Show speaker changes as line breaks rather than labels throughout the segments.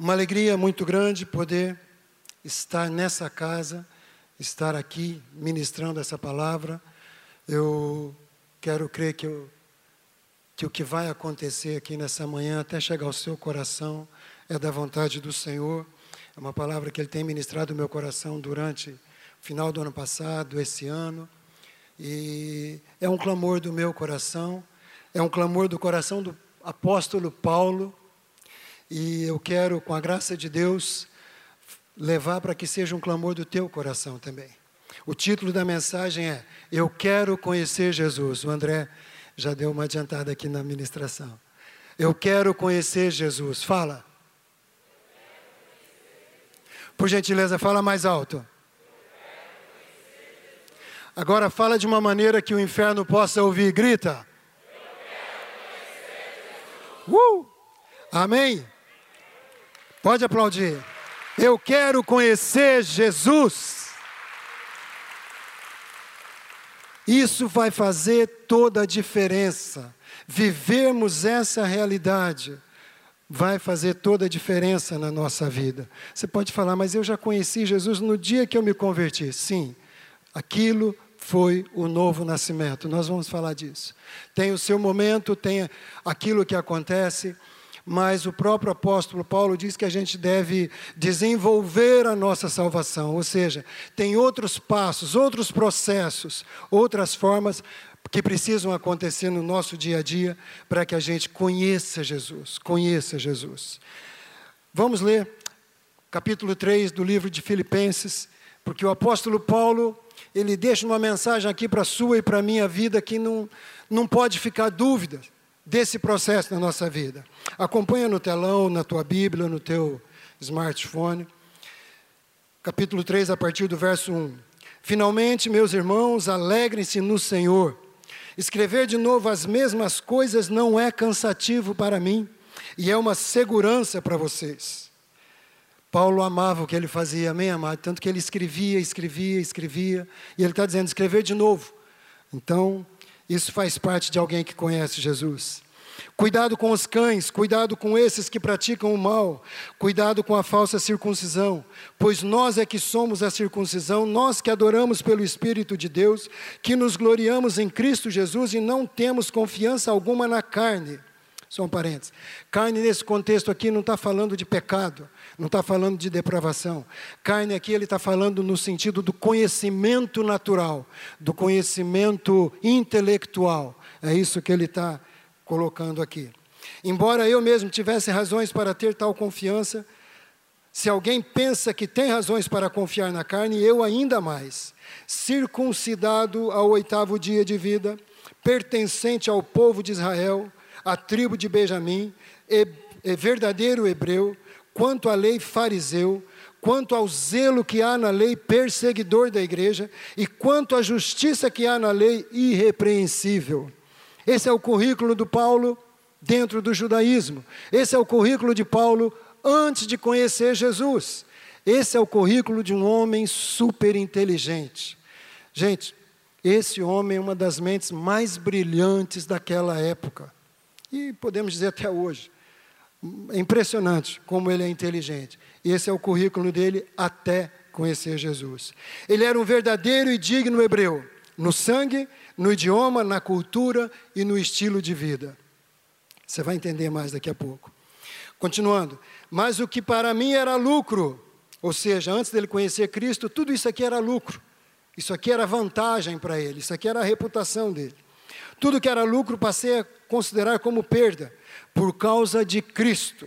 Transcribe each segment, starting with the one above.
Uma alegria muito grande poder estar nessa casa, estar aqui ministrando essa palavra. Eu quero crer que o que vai acontecer aqui nessa manhã, até chegar ao seu coração, é da vontade do Senhor. É uma palavra que Ele tem ministrado no meu coração durante o final do ano passado, esse ano. E é um clamor do meu coração, é um clamor do coração do apóstolo Paulo. E eu quero, com a graça de Deus, levar para que seja um clamor do teu coração também. O título da mensagem é: Eu quero conhecer Jesus. O André já deu uma adiantada aqui na ministração. Eu quero conhecer Jesus. Fala. Por gentileza, fala mais alto. Agora fala de uma maneira que o inferno possa ouvir. Grita. Amém? Pode aplaudir. Eu quero conhecer Jesus. Isso vai fazer toda a diferença. Vivermos essa realidade vai fazer toda a diferença na nossa vida. Você pode falar, mas eu já conheci Jesus no dia que eu me converti. Sim, aquilo foi o novo nascimento. Nós vamos falar disso. Tem o seu momento, tem aquilo que acontece, mas o próprio apóstolo Paulo diz que a gente deve desenvolver a nossa salvação. Ou seja, tem outros passos, outros processos, outras formas que precisam acontecer no nosso dia a dia para que a gente conheça Jesus. Conheça Jesus. Vamos ler capítulo 3 do livro de Filipenses, porque o apóstolo Paulo, ele deixa uma mensagem aqui para a sua e para a minha vida que não pode ficar dúvida desse processo na nossa vida. Acompanha no telão, na tua Bíblia, no teu smartphone. Capítulo 3, a partir do verso 1. Finalmente, meus irmãos, alegrem-se no Senhor. Escrever de novo as mesmas coisas não é cansativo para mim e é uma segurança para vocês. Paulo amava o que ele fazia, amém, amado? Tanto que ele escrevia, e ele está dizendo, escrever de novo. Então, isso faz parte de alguém que conhece Jesus. Cuidado com os cães, cuidado com esses que praticam o mal, cuidado com a falsa circuncisão, pois nós é que somos a circuncisão, nós que adoramos pelo Espírito de Deus, que nos gloriamos em Cristo Jesus e não temos confiança alguma na carne. Só um parênteses. Carne nesse contexto aqui não está falando de pecado, não está falando de depravação. Carne aqui ele está falando no sentido do conhecimento natural, do conhecimento intelectual. É isso que ele está colocando aqui. Embora eu mesmo tivesse razões para ter tal confiança, se alguém pensa que tem razões para confiar na carne, eu ainda mais. Circuncidado ao 8º dia de vida, pertencente ao povo de Israel, à tribo de Benjamim, verdadeiro hebreu, quanto à lei fariseu, quanto ao zelo que há na lei perseguidor da igreja, e quanto à justiça que há na lei irrepreensível. Esse é o currículo do Paulo dentro do judaísmo. Esse é o currículo de Paulo antes de conhecer Jesus. Esse é o currículo de um homem super inteligente. Gente, esse homem é uma das mentes mais brilhantes daquela época. E podemos dizer até hoje. É impressionante como ele é inteligente. E esse é o currículo dele até conhecer Jesus. Ele era um verdadeiro e digno hebreu, no sangue, no idioma, na cultura e no estilo de vida. Você vai entender mais daqui a pouco. Continuando. Mas o que para mim era lucro, ou seja, antes dele conhecer Cristo, tudo isso aqui era lucro. Isso aqui era vantagem para ele, isso aqui era a reputação dele. Tudo que era lucro passei a considerar como perda, por causa de Cristo.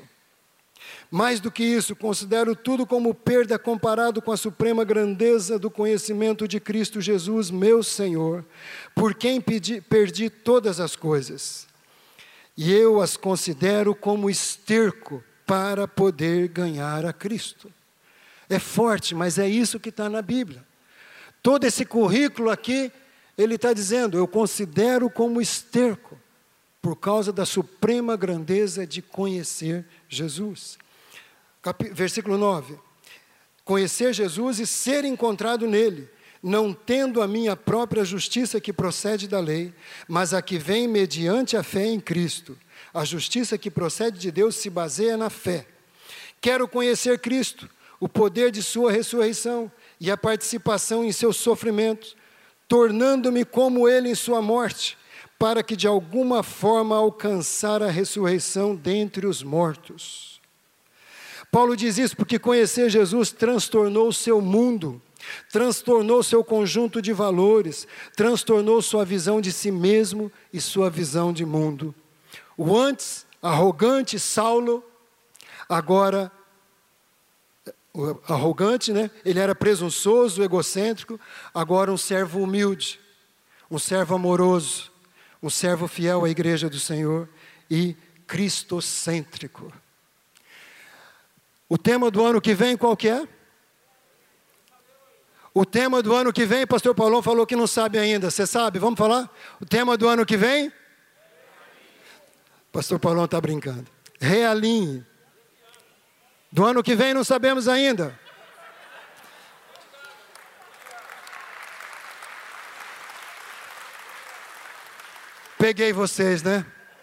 Mais do que isso, considero tudo como perda comparado com a suprema grandeza do conhecimento de Cristo Jesus, meu Senhor, por quem perdi todas as coisas. E eu as considero como esterco para poder ganhar a Cristo. É forte, mas é isso que está na Bíblia. Todo esse currículo aqui, ele está dizendo, eu considero como esterco, por causa da suprema grandeza de conhecer Jesus. Versículo 9. Conhecer Jesus e ser encontrado nele, não tendo a minha própria justiça que procede da lei, mas a que vem mediante a fé em Cristo. A justiça que procede de Deus se baseia na fé. Quero conhecer Cristo, o poder de sua ressurreição e a participação em seus sofrimentos, tornando-me como ele em sua morte, para que de alguma forma alcançar a ressurreição dentre os mortos. Paulo diz isso porque conhecer Jesus transtornou o seu mundo, transtornou seu conjunto de valores, transtornou sua visão de si mesmo e sua visão de mundo. O antes arrogante Saulo, agora arrogante, né? Ele era presunçoso, egocêntrico, agora um servo humilde, um servo amoroso, um servo fiel à igreja do Senhor e cristocêntrico. O tema do ano que vem qual que é? O tema do ano que vem, o pastor Paulão falou que não sabe ainda. Você sabe? Vamos falar? O tema do ano que vem? O pastor Paulão está brincando. Realinhe. Do ano que vem não sabemos ainda. Peguei vocês, né?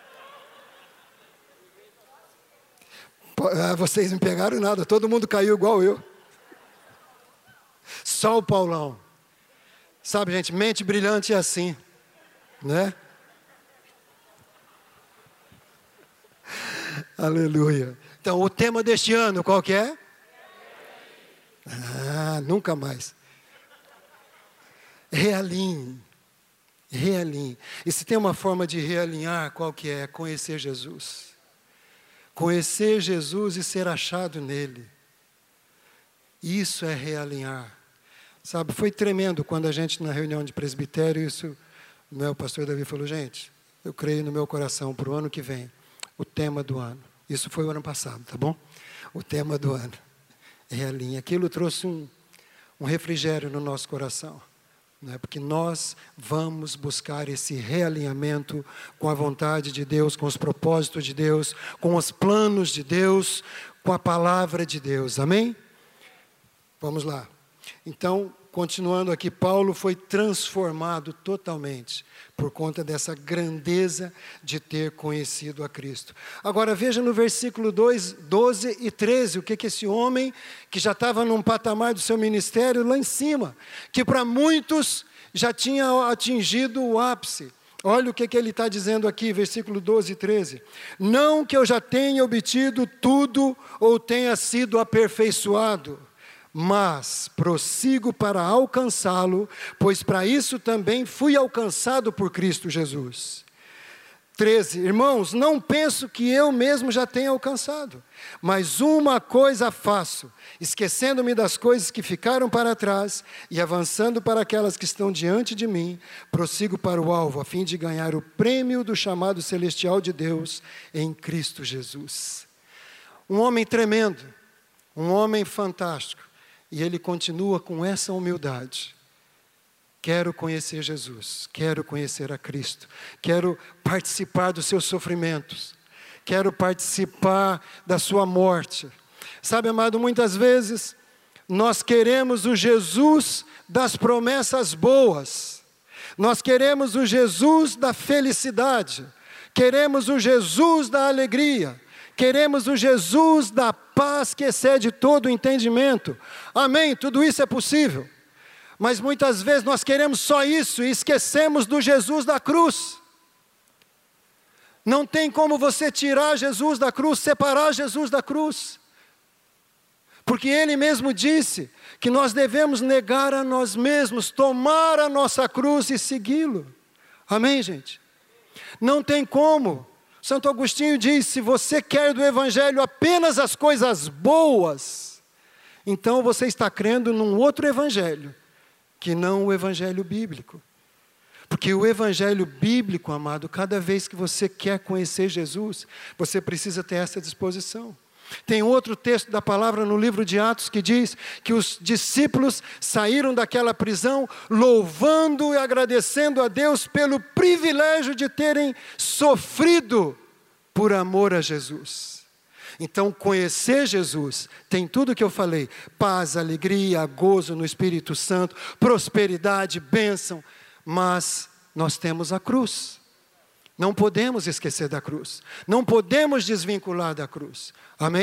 Vocês não pegaram nada, todo mundo caiu igual eu. Só o Paulão. Sabe, gente, mente brilhante é assim, né? Aleluia. Então, o tema deste ano, qual que é? Nunca mais. Realinhe. Realinhe. E se tem uma forma de realinhar, qual que é? Conhecer Jesus. Conhecer Jesus e ser achado nele. Isso é realinhar. Sabe, foi tremendo quando a gente na reunião de presbitério, isso, o pastor Davi falou, gente, eu creio no meu coração para o ano que vem, o tema do ano. Isso foi o ano passado, tá bom? O tema do ano. Realinha. Aquilo trouxe um refrigério no nosso coração. Né? Porque nós vamos buscar esse realinhamento com a vontade de Deus, com os propósitos de Deus, com os planos de Deus, com a palavra de Deus. Amém? Vamos lá. Então, continuando aqui, Paulo foi transformado totalmente por conta dessa grandeza de ter conhecido a Cristo. Agora veja no versículo 12 e 13, o que esse homem, que já estava num patamar do seu ministério lá em cima, que para muitos já tinha atingido o ápice. Olha o que ele está dizendo aqui, versículo 12 e 13. Não que eu já tenha obtido tudo ou tenha sido aperfeiçoado, mas prossigo para alcançá-lo, pois para isso também fui alcançado por Cristo Jesus. 13, irmãos, não penso que eu mesmo já tenha alcançado, mas uma coisa faço, esquecendo-me das coisas que ficaram para trás e avançando para aquelas que estão diante de mim, prossigo para o alvo, a fim de ganhar o prêmio do chamado celestial de Deus em Cristo Jesus. Um homem tremendo, um homem fantástico. E ele continua com essa humildade. Quero conhecer Jesus, quero conhecer a Cristo, quero participar dos seus sofrimentos, quero participar da sua morte. Sabe, amado, muitas vezes nós queremos o Jesus das promessas boas, nós queremos o Jesus da felicidade, queremos o Jesus da alegria, queremos o Jesus da paz que excede todo o entendimento. Amém? Tudo isso é possível. Mas muitas vezes nós queremos só isso e esquecemos do Jesus da cruz. Não tem como você tirar Jesus da cruz, separar Jesus da cruz. Porque Ele mesmo disse que nós devemos negar a nós mesmos, tomar a nossa cruz e segui-lo. Amém, gente? Não tem como. Santo Agostinho diz, se você quer do Evangelho apenas as coisas boas, então você está crendo num outro Evangelho, que não o Evangelho bíblico. Porque o Evangelho bíblico, amado, cada vez que você quer conhecer Jesus, você precisa ter essa disposição. Tem outro texto da palavra no livro de Atos que diz que os discípulos saíram daquela prisão louvando e agradecendo a Deus pelo privilégio de terem sofrido por amor a Jesus. Então, conhecer Jesus tem tudo o que eu falei: paz, alegria, gozo no Espírito Santo, prosperidade, bênção, mas nós temos a cruz. Não podemos esquecer da cruz. Não podemos desvincular da cruz. Amém?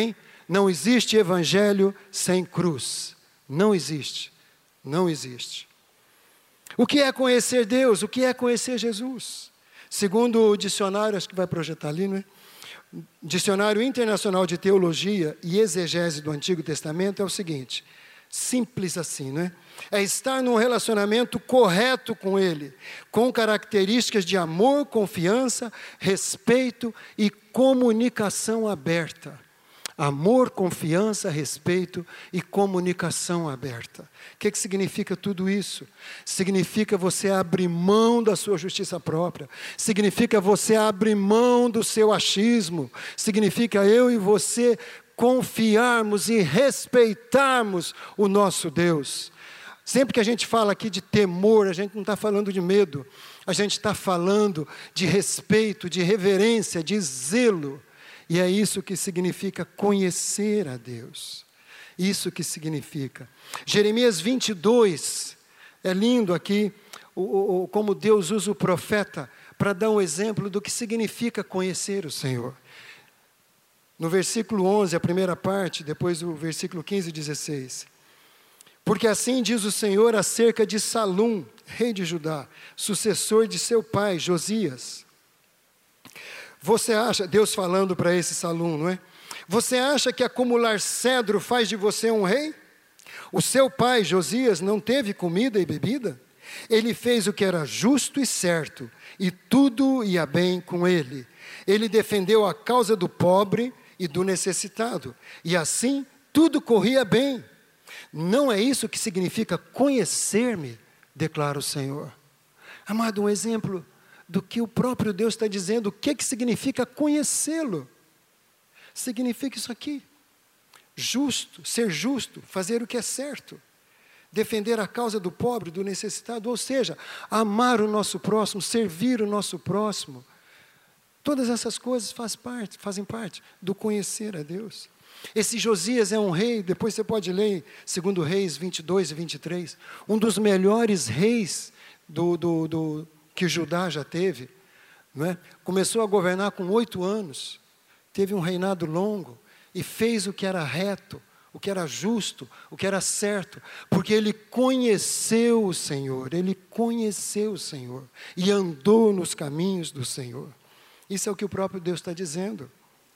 Não existe evangelho sem cruz. Não existe. Não existe. O que é conhecer Deus? O que é conhecer Jesus? Segundo o dicionário, acho que vai projetar ali, não é? Dicionário Internacional de Teologia e Exegese do Antigo Testamento é o seguinte, simples assim, não é? É estar num relacionamento correto com Ele, com características de amor, confiança, respeito e comunicação aberta. Amor, confiança, respeito e comunicação aberta. O que significa tudo isso? Significa você abrir mão da sua justiça própria. Significa você abrir mão do seu achismo. Significa eu e você confiarmos e respeitarmos o nosso Deus. Sempre que a gente fala aqui de temor, a gente não está falando de medo. A gente está falando de respeito, de reverência, de zelo. E é isso que significa conhecer a Deus. Isso que significa. Jeremias 22, é lindo aqui, como Deus usa o profeta para dar um exemplo do que significa conhecer o Senhor. No versículo 11, a primeira parte, depois o versículo 15 e 16. Porque assim diz o Senhor acerca de Salum, rei de Judá, sucessor de seu pai, Josias. Você acha, Deus falando para esse Salum, não é? Você acha que acumular cedro faz de você um rei? O seu pai, Josias, não teve comida e bebida? Ele fez o que era justo e certo, e tudo ia bem com ele. Ele defendeu a causa do pobre e do necessitado, e assim tudo corria bem. Não é isso que significa conhecer-me, declara o Senhor. Amado, um exemplo do que o próprio Deus está dizendo, o que significa conhecê-lo. Significa isso aqui, justo, ser justo, fazer o que é certo, defender a causa do pobre, do necessitado, ou seja, amar o nosso próximo, servir o nosso próximo. Todas essas coisas fazem parte do conhecer a Deus. Esse Josias é um rei, depois você pode ler 2 Reis 22 e 23, um dos melhores reis que Judá já teve, não é? Começou a governar com 8 anos, teve um reinado longo e fez o que era reto, o que era justo, o que era certo, porque ele conheceu o Senhor e andou nos caminhos do Senhor. Isso é o que o próprio Deus está dizendo.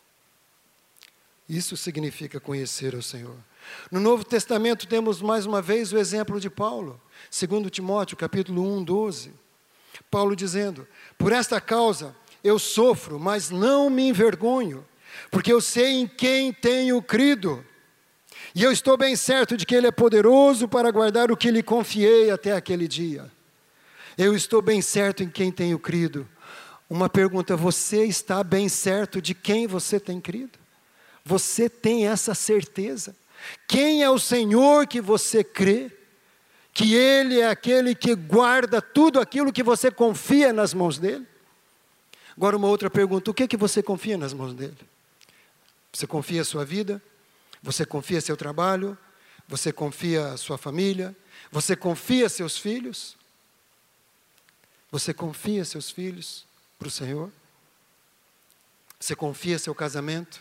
Isso significa conhecer o Senhor. No Novo Testamento temos mais uma vez o exemplo de Paulo, 2 Timóteo, capítulo 1, 12. Paulo dizendo, por esta causa eu sofro, mas não me envergonho, porque eu sei em quem tenho crido, e eu estou bem certo de que Ele é poderoso para guardar o que lhe confiei até aquele dia. Eu estou bem certo em quem tenho crido. Uma pergunta, você está bem certo de quem você tem crido? Você tem essa certeza? Quem é o Senhor que você crê? Que Ele é aquele que guarda tudo aquilo que você confia nas mãos dEle? Agora uma outra pergunta, o que você confia nas mãos dEle? Você confia a sua vida? Você confia seu trabalho? Você confia a sua família? Você confia seus filhos? Você confia seus filhos para o Senhor? Você confia seu casamento?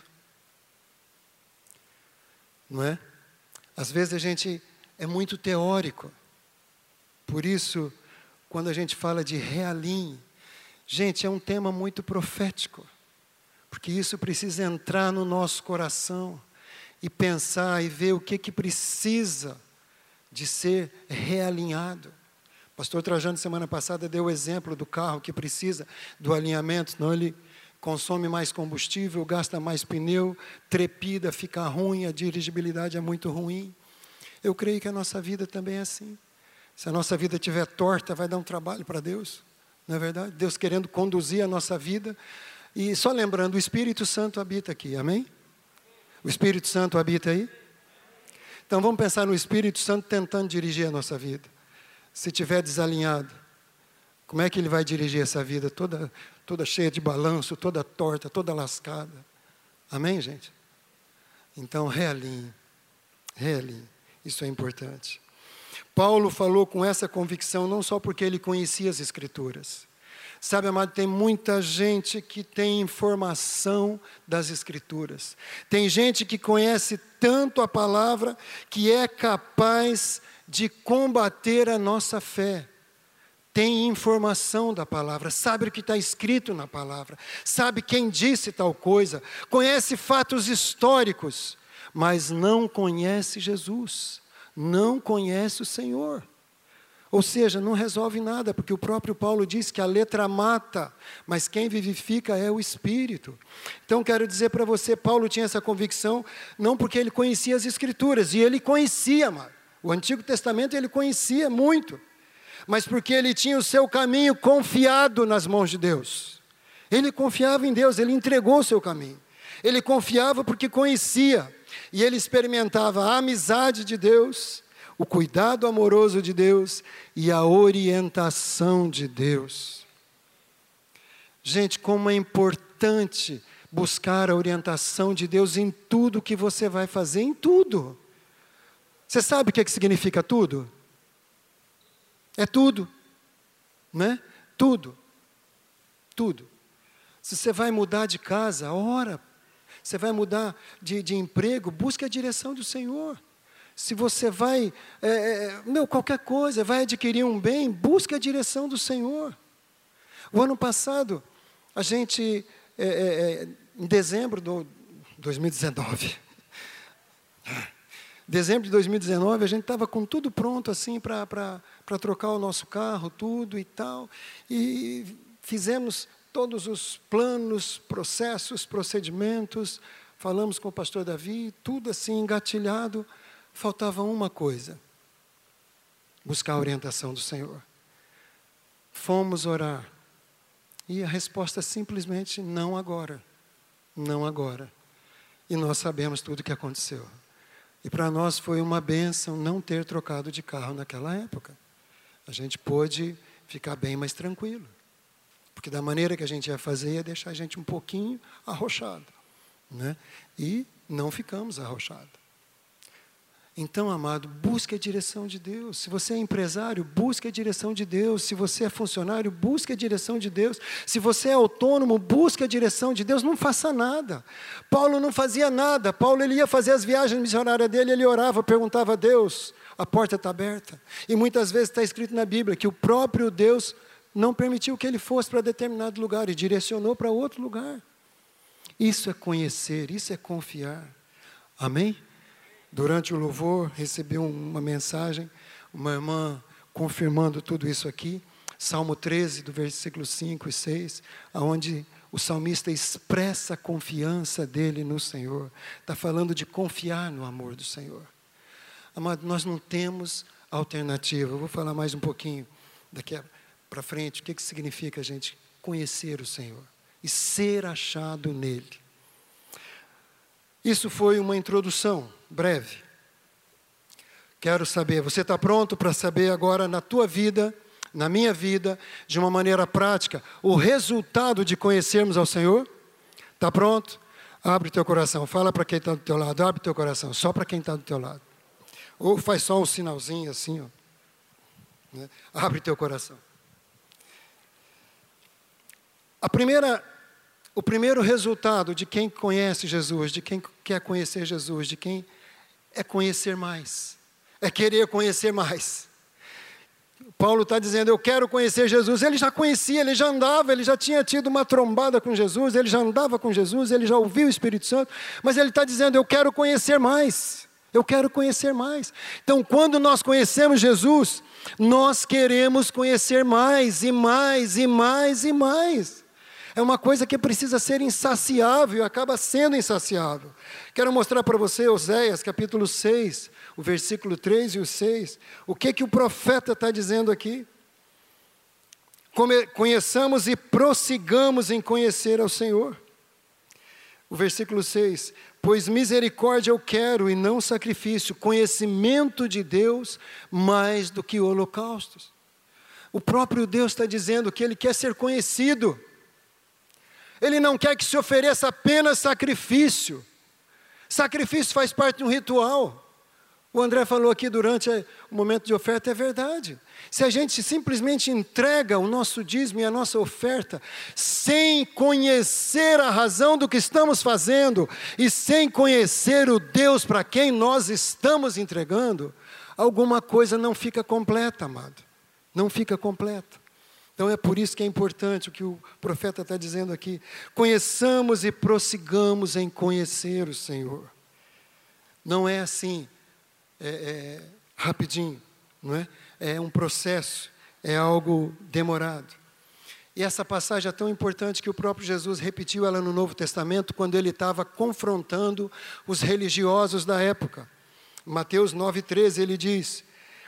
Não é? Às vezes a gente é muito teórico. Por isso, quando a gente fala de realinho, gente, é um tema muito profético. Porque isso precisa entrar no nosso coração e pensar e ver o que precisa de ser realinhado. O pastor Trajano, semana passada, deu o exemplo do carro que precisa do alinhamento, senão ele consome mais combustível, gasta mais pneu, trepida, fica ruim, a dirigibilidade é muito ruim. Eu creio que a nossa vida também é assim. Se a nossa vida estiver torta, vai dar um trabalho para Deus, não é verdade? Deus querendo conduzir a nossa vida. E só lembrando, o Espírito Santo habita aqui, amém? O Espírito Santo habita aí? Então vamos pensar no Espírito Santo tentando dirigir a nossa vida. Se estiver desalinhado, como é que Ele vai dirigir essa vida toda cheia de balanço, toda torta, toda lascada? Amém, gente? Então realinhe. Isso é importante. Paulo falou com essa convicção não só porque ele conhecia as Escrituras. Sabe, amado, tem muita gente que tem informação das Escrituras. Tem gente que conhece tanto a palavra que é capaz de combater a nossa fé. Tem informação da palavra, sabe o que está escrito na palavra, sabe quem disse tal coisa, conhece fatos históricos, mas não conhece Jesus, não conhece o Senhor. Ou seja, não resolve nada, porque o próprio Paulo diz que a letra mata, mas quem vivifica é o Espírito. Então, quero dizer para você, Paulo tinha essa convicção, não porque ele conhecia as Escrituras, e ele conhecia, mano. O Antigo Testamento ele conhecia muito, mas porque ele tinha o seu caminho confiado nas mãos de Deus. Ele confiava em Deus, ele entregou o seu caminho. Ele confiava porque conhecia, e ele experimentava a amizade de Deus, o cuidado amoroso de Deus e a orientação de Deus. Gente, como é importante buscar a orientação de Deus em tudo que você vai fazer, em tudo. Você sabe o que significa tudo? É tudo, né? Tudo, tudo. Se você vai mudar de casa, ora. Você vai mudar de emprego, busque a direção do Senhor. Se você vai, qualquer coisa, vai adquirir um bem, busque a direção do Senhor. O ano passado, a gente, em dezembro de 2019, dezembro de 2019, a gente estava com tudo pronto assim para trocar o nosso carro, tudo e tal, e fizemos todos os planos, processos, procedimentos, falamos com o pastor Davi, tudo assim engatilhado. Faltava uma coisa, buscar a orientação do Senhor. Fomos orar, e a resposta simplesmente, não agora, não agora. E nós sabemos tudo o que aconteceu. E para nós foi uma bênção não ter trocado de carro naquela época. A gente pôde ficar bem mais tranquilo. Porque da maneira que a gente ia fazer, ia deixar a gente um pouquinho arrochado, né? E não ficamos arrochados. Então, amado, busque a direção de Deus. Se você é empresário, busque a direção de Deus. Se você é funcionário, busque a direção de Deus. Se você é autônomo, busque a direção de Deus. Não faça nada. Paulo não fazia nada. Paulo ele ia fazer as viagens missionárias dele, ele orava, perguntava a Deus, a porta está aberta. E muitas vezes está escrito na Bíblia que o próprio Deus não permitiu que ele fosse para determinado lugar e direcionou para outro lugar. Isso é conhecer, isso é confiar. Amém? Durante o louvor, recebi uma mensagem, uma irmã confirmando tudo isso aqui, Salmo 13, do versículo 5 e 6, onde o salmista expressa a confiança dele no Senhor. Está falando de confiar no amor do Senhor. Amado, nós não temos alternativa. Eu vou falar mais um pouquinho daqui para frente, o que significa a gente conhecer o Senhor e ser achado nele. Isso foi uma introdução breve. Quero saber, você está pronto para saber agora na tua vida, na minha vida, de uma maneira prática, o resultado de conhecermos ao Senhor? Está pronto? Abre teu coração, fala para quem está do teu lado, abre teu coração, só para quem está do teu lado. Ou faz só um sinalzinho assim, ó, né? Abre teu coração. O primeiro resultado de quem conhece Jesus, de quem quer conhecer Jesus, de quem é conhecer mais, é querer conhecer mais. Paulo está dizendo, eu quero conhecer Jesus. Ele já conhecia, ele já andava, ele já tinha tido uma trombada com Jesus, ele já andava com Jesus, ele já ouviu o Espírito Santo, mas ele está dizendo, eu quero conhecer mais, eu quero conhecer mais. Então, quando nós conhecemos Jesus, nós queremos conhecer mais, e mais, e mais, e mais. É uma coisa que precisa ser insaciável, e acaba sendo insaciável. Quero mostrar para você, Oséias, capítulo 6, o versículo 3 e o 6. O que o profeta está dizendo aqui? Conheçamos e prossigamos em conhecer ao Senhor. O versículo 6. Pois misericórdia eu quero e não sacrifício, conhecimento de Deus mais do que holocaustos. O próprio Deus está dizendo que Ele quer ser conhecido. Ele não quer que se ofereça apenas sacrifício. Sacrifício faz parte de um ritual. O André falou aqui durante o momento de oferta, é verdade. Se a gente simplesmente entrega o nosso dízimo e a nossa oferta, sem conhecer a razão do que estamos fazendo, e sem conhecer o Deus para quem nós estamos entregando, alguma coisa não fica completa, amado. Não fica completa. Então é por isso que é importante o que o profeta está dizendo aqui. Conheçamos e prossigamos em conhecer o Senhor. Não é assim, rapidinho, não é? É um processo, é algo demorado. E essa passagem é tão importante que o próprio Jesus repetiu ela no Novo Testamento, quando ele estava confrontando os religiosos da época. Mateus 9,13, ele diz,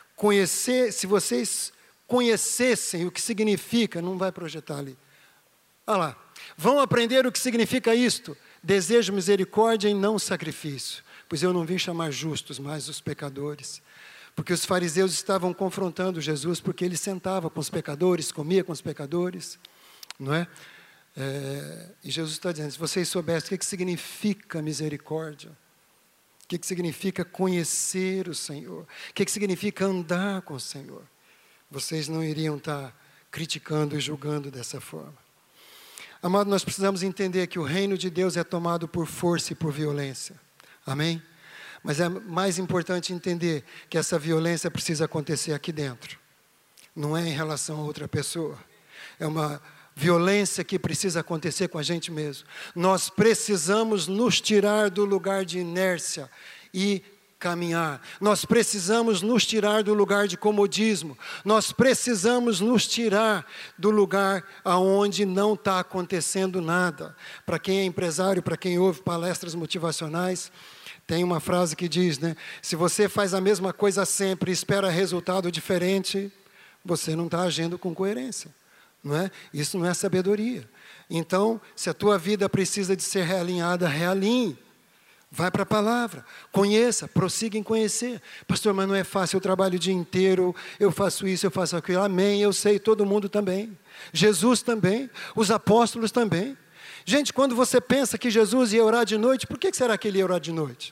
se vocês conhecessem o que significa, não vai projetar ali, olha lá, vão aprender o que significa isto, desejo misericórdia e não sacrifício, pois eu não vim chamar justos, mas os pecadores. Porque os fariseus estavam confrontando Jesus, porque ele sentava com os pecadores, comia com os pecadores, não é? E Jesus está dizendo, se vocês soubessem o que significa misericórdia, o que significa conhecer o Senhor, o que significa andar com o Senhor, vocês não iriam estar criticando e julgando dessa forma. Amado, nós precisamos entender que o reino de Deus é tomado por força e por violência. Amém? Mas é mais importante entender que essa violência precisa acontecer aqui dentro. Não é em relação a outra pessoa. É uma violência que precisa acontecer com a gente mesmo. Nós precisamos nos tirar do lugar de inércia e caminhar. Nós precisamos nos tirar do lugar de comodismo. Nós precisamos nos tirar do lugar aonde não está acontecendo nada. Para quem é empresário, para quem ouve palestras motivacionais, tem uma frase que diz, né? Se você faz a mesma coisa sempre e espera resultado diferente, você não está agindo com coerência, não é? Isso não é sabedoria. Então, se a tua vida precisa de ser realinhada, realinhe. Vai para a palavra, conheça, prossiga em conhecer. Pastor, mas não é fácil, eu trabalho o dia inteiro, eu faço isso, eu faço aquilo. Amém, eu sei, todo mundo também. Jesus também, os apóstolos também. Gente, quando você pensa que Jesus ia orar de noite, por que será que ele ia orar de noite?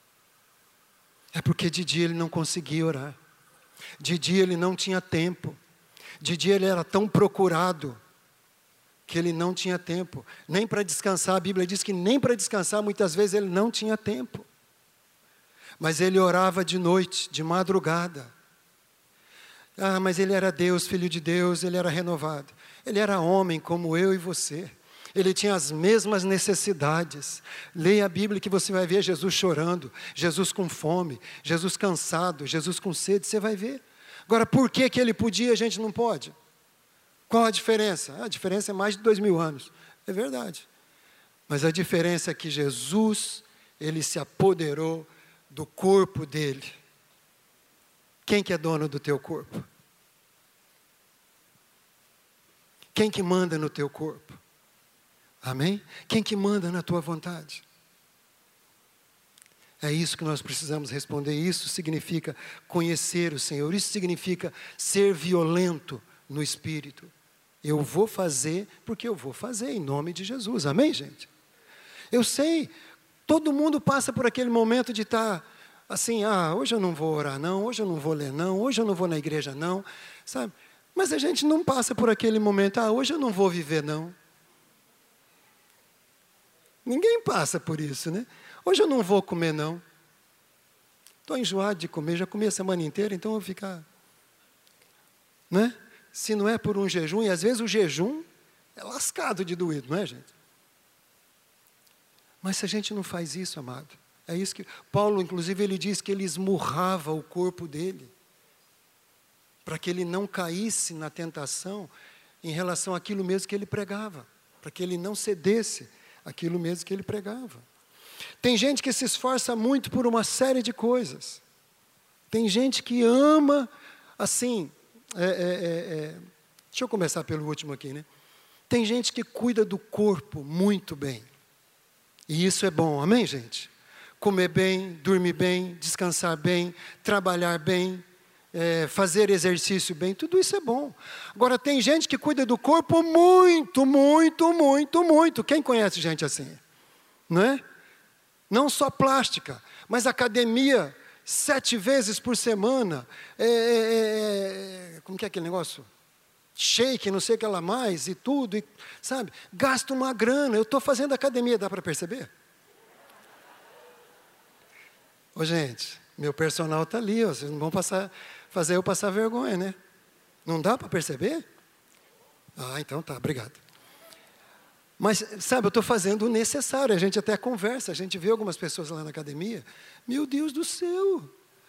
É porque de dia ele não conseguia orar. De dia ele não tinha tempo. De dia ele era tão procurado que ele não tinha tempo. Nem para descansar, a Bíblia diz que nem para descansar muitas vezes ele não tinha tempo. Mas ele orava de noite, de madrugada. Ah, mas ele era Deus, Filho de Deus, ele era renovado. Ele era homem como eu e você. Ele tinha as mesmas necessidades. Leia a Bíblia que você vai ver Jesus chorando, Jesus com fome, Jesus cansado, Jesus com sede, você vai ver. Agora, por que ele podia e a gente não pode? Qual a diferença? A diferença é mais de 2000 anos. É verdade. Mas a diferença é que Jesus, ele se apoderou do corpo dele. Quem que é dono do teu corpo? Quem que manda no teu corpo? Amém? Quem que manda na tua vontade? É isso que nós precisamos responder. Isso significa conhecer o Senhor. Isso significa ser violento no Espírito. Eu vou fazer porque eu vou fazer em nome de Jesus. Amém, gente? Eu sei, todo mundo passa por aquele momento de estar assim, hoje eu não vou orar não, hoje eu não vou ler não, hoje eu não vou na igreja não, sabe? Mas a gente não passa por aquele momento, hoje eu não vou viver não. Ninguém passa por isso, né? Hoje eu não vou comer não. Estou enjoado de comer, já comi a semana inteira, então eu vou ficar, né? Se não é por um jejum, e às vezes o jejum é lascado de doído, não é, gente? Mas se a gente não faz isso, amado, é isso que Paulo, inclusive, ele diz que ele esmurrava o corpo dele, para que ele não caísse na tentação em relação àquilo mesmo que ele pregava, para que ele não cedesse àquilo mesmo que ele pregava. Tem gente que se esforça muito por uma série de coisas. Tem gente que ama, assim, deixa eu começar pelo último aqui, né? Tem gente que cuida do corpo muito bem. E isso é bom, amém, gente? Comer bem, dormir bem, descansar bem, trabalhar bem, fazer exercício bem, tudo isso é bom. Agora, tem gente que cuida do corpo muito, muito, muito, muito. Quem conhece gente assim? Não é? Não só plástica, mas academia 7 vezes por semana, como que é aquele negócio? Shake, não sei o que lá mais, e tudo, sabe? Gasta uma grana, eu estou fazendo academia, dá para perceber? Ô gente, meu personal está ali, ó, vocês não vão fazer eu passar vergonha, né? Não dá para perceber? Ah, então tá, obrigado. Mas, sabe, eu estou fazendo o necessário, a gente até conversa, a gente vê algumas pessoas lá na academia, meu Deus do céu!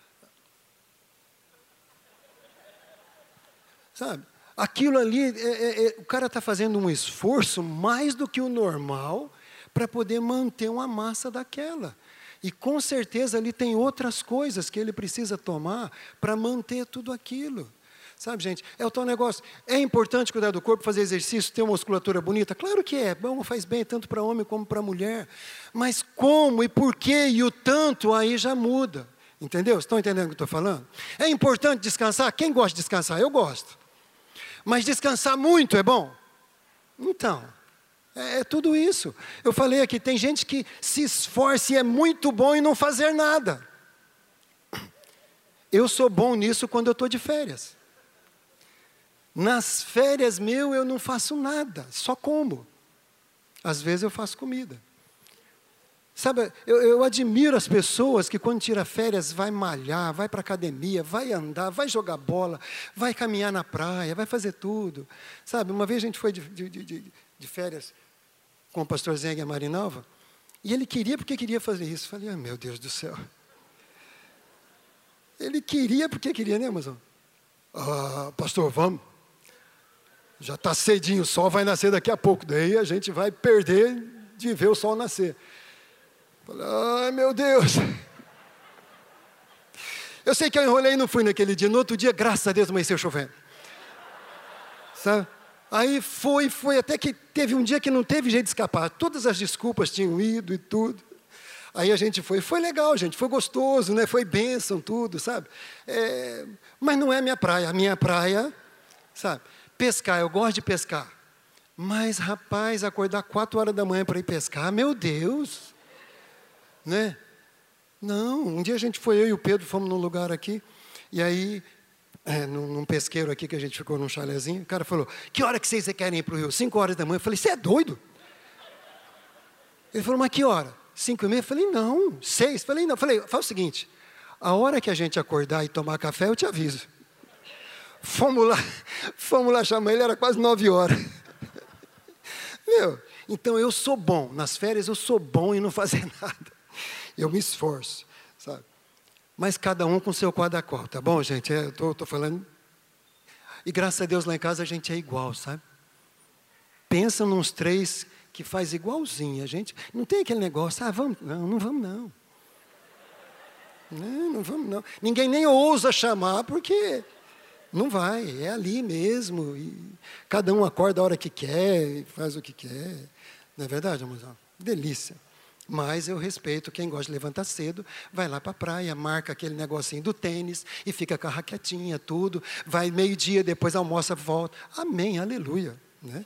Sabe, aquilo ali, o cara está fazendo um esforço mais do que o normal para poder manter uma massa daquela. E com certeza ali tem outras coisas que ele precisa tomar para manter tudo aquilo. Sabe, gente, é o tal negócio. É importante cuidar do corpo, fazer exercício, ter uma musculatura bonita? Claro que é, bom, faz bem tanto para homem como para mulher. Mas como e por quê e o tanto aí já muda. Entendeu? Estão entendendo o que eu estou falando? É importante descansar? Quem gosta de descansar? Eu gosto. Mas descansar muito é bom? Então, é tudo isso. Eu falei aqui, tem gente que se esforça e é muito bom em não fazer nada. Eu sou bom nisso quando eu estou de férias. Nas férias eu não faço nada, só como. Às vezes eu faço comida. Sabe, eu admiro as pessoas que quando tira férias vai malhar, vai para a academia, vai andar, vai jogar bola, vai caminhar na praia, vai fazer tudo. Sabe, uma vez a gente foi de férias com o pastor Zenga Marinalva, e ele queria porque queria fazer isso. Eu falei, meu Deus do céu. Ele queria porque queria, né, irmãozão? Pastor, vamos. Já está cedinho, o sol vai nascer daqui a pouco, daí a gente vai perder de ver o sol nascer. Falei, ai meu Deus. Eu sei que eu enrolei e não fui naquele dia, no outro dia, graças a Deus, amanheceu chovendo. Sabe? Aí foi, até que teve um dia que não teve jeito de escapar, todas as desculpas tinham ido e tudo. Aí a gente foi legal, gente, foi gostoso, né? Foi bênção, tudo, sabe? Mas não é a minha praia, sabe? Pescar, eu gosto de pescar. Mas, rapaz, acordar 4 horas da manhã para ir pescar, meu Deus! Né? Não, um dia a gente foi, eu e o Pedro, fomos num lugar aqui, e aí, num pesqueiro aqui, que a gente ficou num chalezinho, o cara falou, que hora que vocês querem ir para o rio? 5 horas da manhã. Eu falei, você é doido? Ele falou, mas que hora? 5:30? Eu falei, não, 6. Falei, não. Falei, faz o seguinte, a hora que a gente acordar e tomar café, eu te aviso. Fomos lá chamar ele, era quase 9 horas. Então eu sou bom, nas férias eu sou bom em não fazer nada. Eu me esforço, sabe? Mas cada um com seu quadra-qual, tá bom, gente? Eu estou falando. E graças a Deus lá em casa a gente é igual, sabe? Pensa nos 3 que faz igualzinho. A gente não tem aquele negócio, vamos, não vamos não. Não vamos não. Ninguém nem ousa chamar porque não vai, é ali mesmo. E cada um acorda a hora que quer e faz o que quer. Não é verdade, amorzão? Delícia. Mas eu respeito quem gosta de levantar cedo, vai lá para a praia, marca aquele negocinho do tênis e fica com a raquetinha, tudo. Vai meio-dia, depois almoça, volta. Amém, aleluia. Né?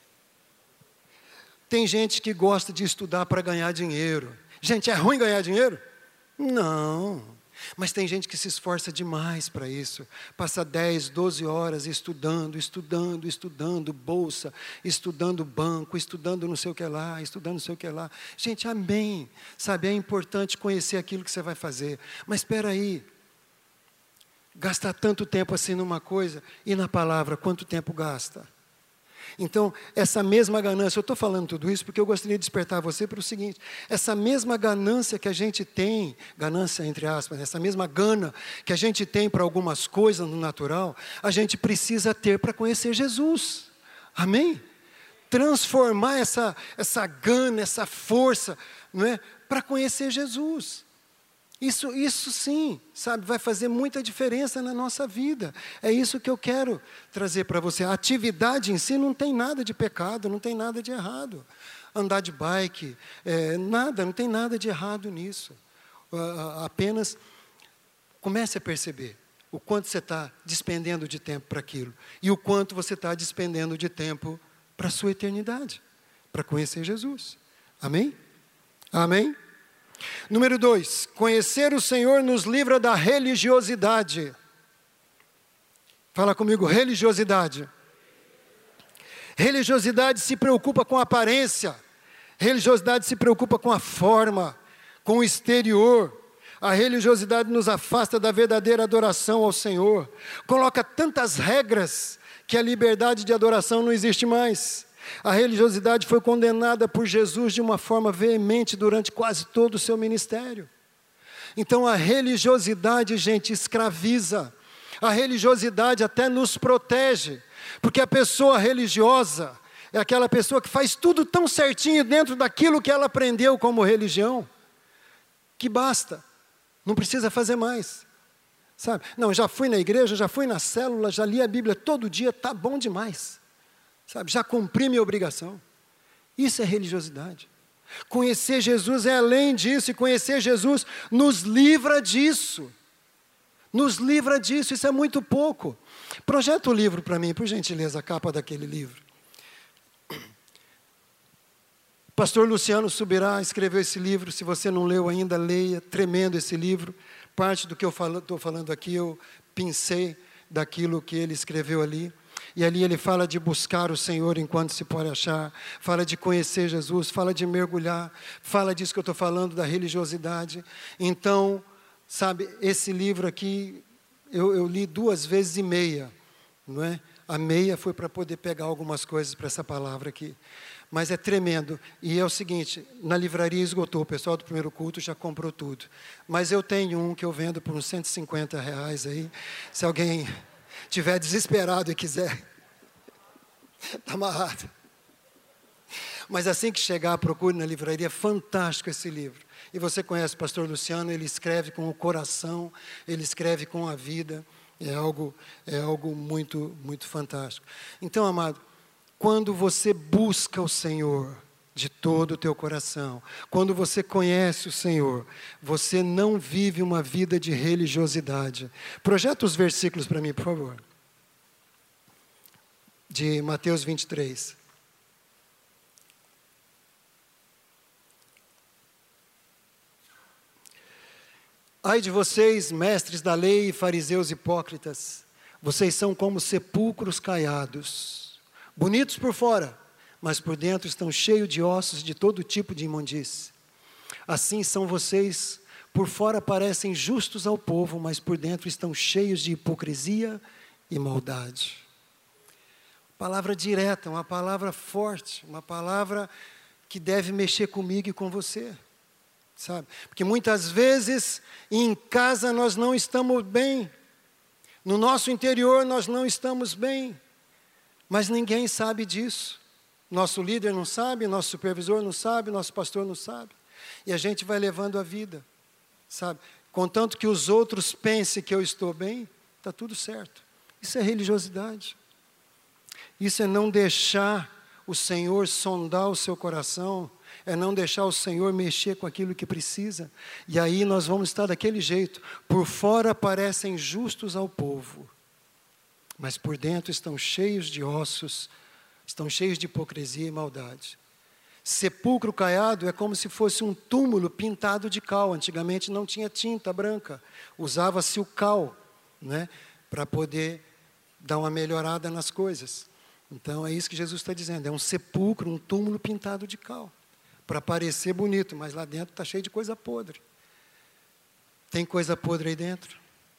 Tem gente que gosta de estudar para ganhar dinheiro. Gente, é ruim ganhar dinheiro? Não. Mas tem gente que se esforça demais para isso. Passa 10, 12 horas estudando bolsa, estudando banco, estudando não sei o que lá, estudando não sei o que lá. Gente, amém. Sabe, é importante conhecer aquilo que você vai fazer. Mas espera aí. Gastar tanto tempo assim numa coisa e na palavra, quanto tempo gasta? Então, essa mesma ganância, eu estou falando tudo isso porque eu gostaria de despertar você para o seguinte, essa mesma ganância que a gente tem, ganância entre aspas, essa mesma gana que a gente tem para algumas coisas no natural, a gente precisa ter para conhecer Jesus. Amém? Transformar essa gana, essa força, não é, para conhecer Jesus. Isso sim, sabe, vai fazer muita diferença na nossa vida. É isso que eu quero trazer para você. A atividade em si não tem nada de pecado, não tem nada de errado. Andar de bike, não tem nada de errado nisso. Apenas comece a perceber o quanto você está despendendo de tempo para aquilo. E o quanto você está despendendo de tempo para a sua eternidade, para conhecer Jesus. Amém? Amém? Número 2, conhecer o Senhor nos livra da religiosidade. Fala comigo, religiosidade. Religiosidade se preocupa com a aparência. Religiosidade se preocupa com a forma, com o exterior. A religiosidade nos afasta da verdadeira adoração ao Senhor. Coloca tantas regras que a liberdade de adoração não existe mais. A religiosidade foi condenada por Jesus de uma forma veemente durante quase todo o seu ministério. Então a religiosidade, gente, escraviza. A religiosidade até nos protege. Porque a pessoa religiosa é aquela pessoa que faz tudo tão certinho dentro daquilo que ela aprendeu como religião, que basta, não precisa fazer mais, sabe? Não, já fui na igreja, já fui na célula, já li a Bíblia todo dia, tá bom demais, sabe? Já cumpri minha obrigação. Isso é religiosidade. Conhecer Jesus é além disso, e conhecer Jesus nos livra disso. Nos livra disso, isso é muito pouco. Projeta o livro para mim, por gentileza, a capa daquele livro. Pastor Luciano Subirá escreveu esse livro, se você não leu ainda, leia, tremendo esse livro. Parte do que eu estou falando aqui, eu pincei daquilo que ele escreveu ali. E ali ele fala de buscar o Senhor enquanto se pode achar, fala de conhecer Jesus, fala de mergulhar, fala disso que eu estou falando, da religiosidade. Então, sabe, esse livro aqui, eu li 2 vezes e meia, não é? A meia foi para poder pegar algumas coisas para essa palavra aqui. Mas é tremendo. E é o seguinte, na livraria esgotou, o pessoal do primeiro culto já comprou tudo. Mas eu tenho um que eu vendo por uns R$150 aí. Se alguém estiver desesperado e quiser, está amarrado. Mas assim que chegar, procure na livraria, fantástico esse livro. E você conhece o pastor Luciano, ele escreve com o coração, ele escreve com a vida. É algo muito, muito fantástico. Então, amado, quando você busca o Senhor de todo o teu coração, quando você conhece o Senhor, você não vive uma vida de religiosidade. Projeta os versículos para mim, por favor. De Mateus 23. Ai de vocês, mestres da lei e fariseus hipócritas, vocês são como sepulcros caiados, bonitos por fora, mas por dentro estão cheios de ossos de todo tipo de imundície. Assim são vocês, por fora parecem justos ao povo, mas por dentro estão cheios de hipocrisia e maldade. Palavra direta, uma palavra forte, uma palavra que deve mexer comigo e com você. Sabe? Porque muitas vezes em casa nós não estamos bem, no nosso interior nós não estamos bem, mas ninguém sabe disso. Nosso líder não sabe, nosso supervisor não sabe, nosso pastor não sabe. E a gente vai levando a vida, sabe? Contanto que os outros pensem que eu estou bem, está tudo certo. Isso é religiosidade. Isso é não deixar o Senhor sondar o seu coração, é não deixar o Senhor mexer com aquilo que precisa. E aí nós vamos estar daquele jeito. Por fora parecem justos ao povo, mas por dentro estão cheios de ossos, estão cheios de hipocrisia e maldade. Sepulcro caiado é como se fosse um túmulo pintado de cal. Antigamente não tinha tinta branca, usava-se o cal, né, para poder dar uma melhorada nas coisas. Então é isso que Jesus está dizendo, é um sepulcro, um túmulo pintado de cal, para parecer bonito, mas lá dentro está cheio de coisa podre. Tem coisa podre aí dentro?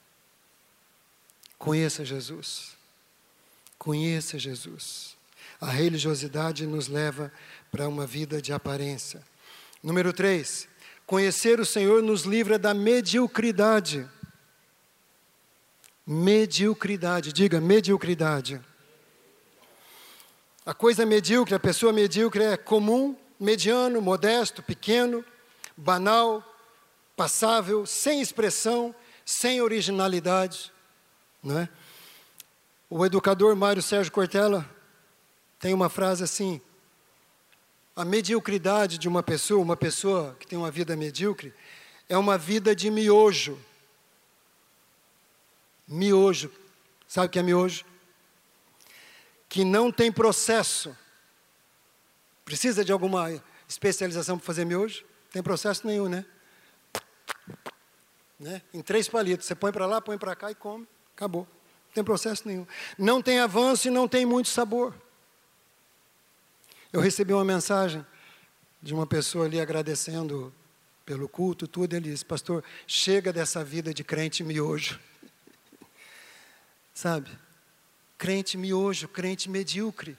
Conheça Jesus. Conheça Jesus. A religiosidade nos leva para uma vida de aparência. Número 3, conhecer o Senhor nos livra da mediocridade. Mediocridade, diga mediocridade. A coisa medíocre, a pessoa medíocre é comum, mediano, modesto, pequeno, banal, passável, sem expressão, sem originalidade, não é? O educador Mário Sérgio Cortella tem uma frase assim: a mediocridade de uma pessoa que tem uma vida medíocre, é uma vida de miojo. Miojo, sabe o que é miojo? Que não tem processo. Precisa de alguma especialização para fazer miojo? Não tem processo nenhum, né? né? Em 3 palitos. Você põe para lá, põe para cá e come. Acabou. Não tem processo nenhum. Não tem avanço e não tem muito sabor. Eu recebi uma mensagem de uma pessoa ali agradecendo pelo culto, tudo. Ele disse: pastor, chega dessa vida de crente miojo. Sabe? Crente miojo, crente medíocre.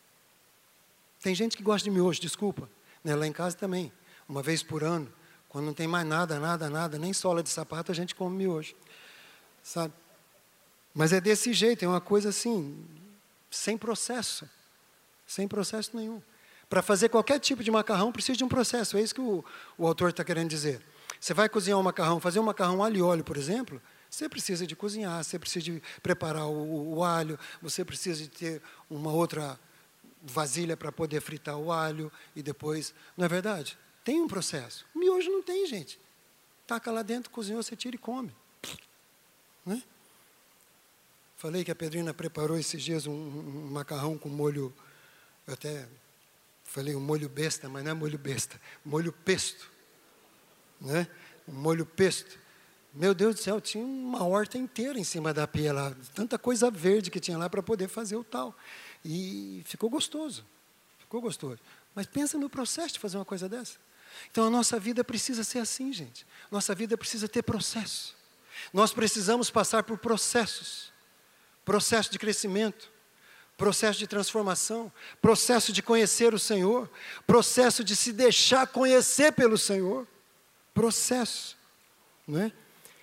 Tem gente que gosta de miojo, desculpa. Né? Lá em casa também. Uma vez por ano, quando não tem mais nada, nem sola de sapato, a gente come miojo. Sabe? Mas é desse jeito, é uma coisa assim, sem processo. Sem processo nenhum. Para fazer qualquer tipo de macarrão, precisa de um processo. É isso que o autor está querendo dizer. Você vai cozinhar um macarrão, fazer um macarrão alho e óleo, por exemplo, você precisa de cozinhar, você precisa de preparar o alho, você precisa de ter uma outra vasilha para poder fritar o alho e depois... Não é verdade? Tem um processo. Miojo não tem, gente. Taca lá dentro, cozinhou, você tira e come. Né? Falei que a Pedrina preparou esses dias um macarrão com molho... Eu até falei um molho besta, mas não é molho besta. Molho pesto. Né? Um molho pesto. Meu Deus do céu, tinha uma horta inteira em cima da pia lá. Tanta coisa verde que tinha lá para poder fazer o tal. E ficou gostoso. Ficou gostoso. Mas pensa no processo de fazer uma coisa dessa. Então a nossa vida precisa ser assim, gente. Nossa vida precisa ter processo. Nós precisamos passar por processos. Processo de crescimento. Processo de transformação. Processo de conhecer o Senhor. Processo de se deixar conhecer pelo Senhor. Processo. Não é?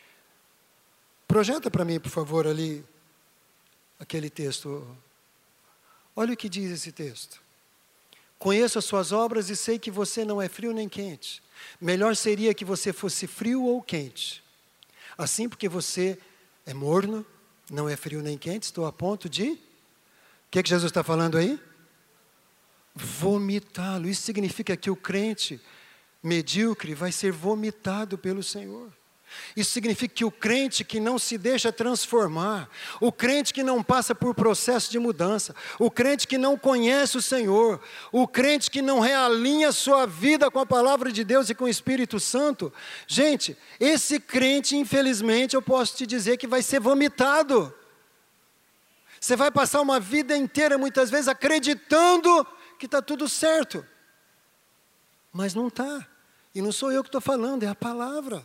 Projeta para mim, por favor, ali, aquele texto. Olha o que diz esse texto. Conheço as suas obras e sei que você não é frio nem quente. Melhor seria que você fosse frio ou quente. Assim, porque você é morno, não é frio nem quente, estou a ponto de... O que Jesus está falando aí? Vomitá-lo. Isso significa que o crente medíocre vai ser vomitado pelo Senhor. Isso significa que o crente que não se deixa transformar, o crente que não passa por processo de mudança, o crente que não conhece o Senhor, o crente que não realinha sua vida com a palavra de Deus e com o Espírito Santo, gente, esse crente, infelizmente, eu posso te dizer que vai ser vomitado. Você vai passar uma vida inteira, muitas vezes, acreditando que está tudo certo, mas não está. E não sou eu que estou falando, é a palavra.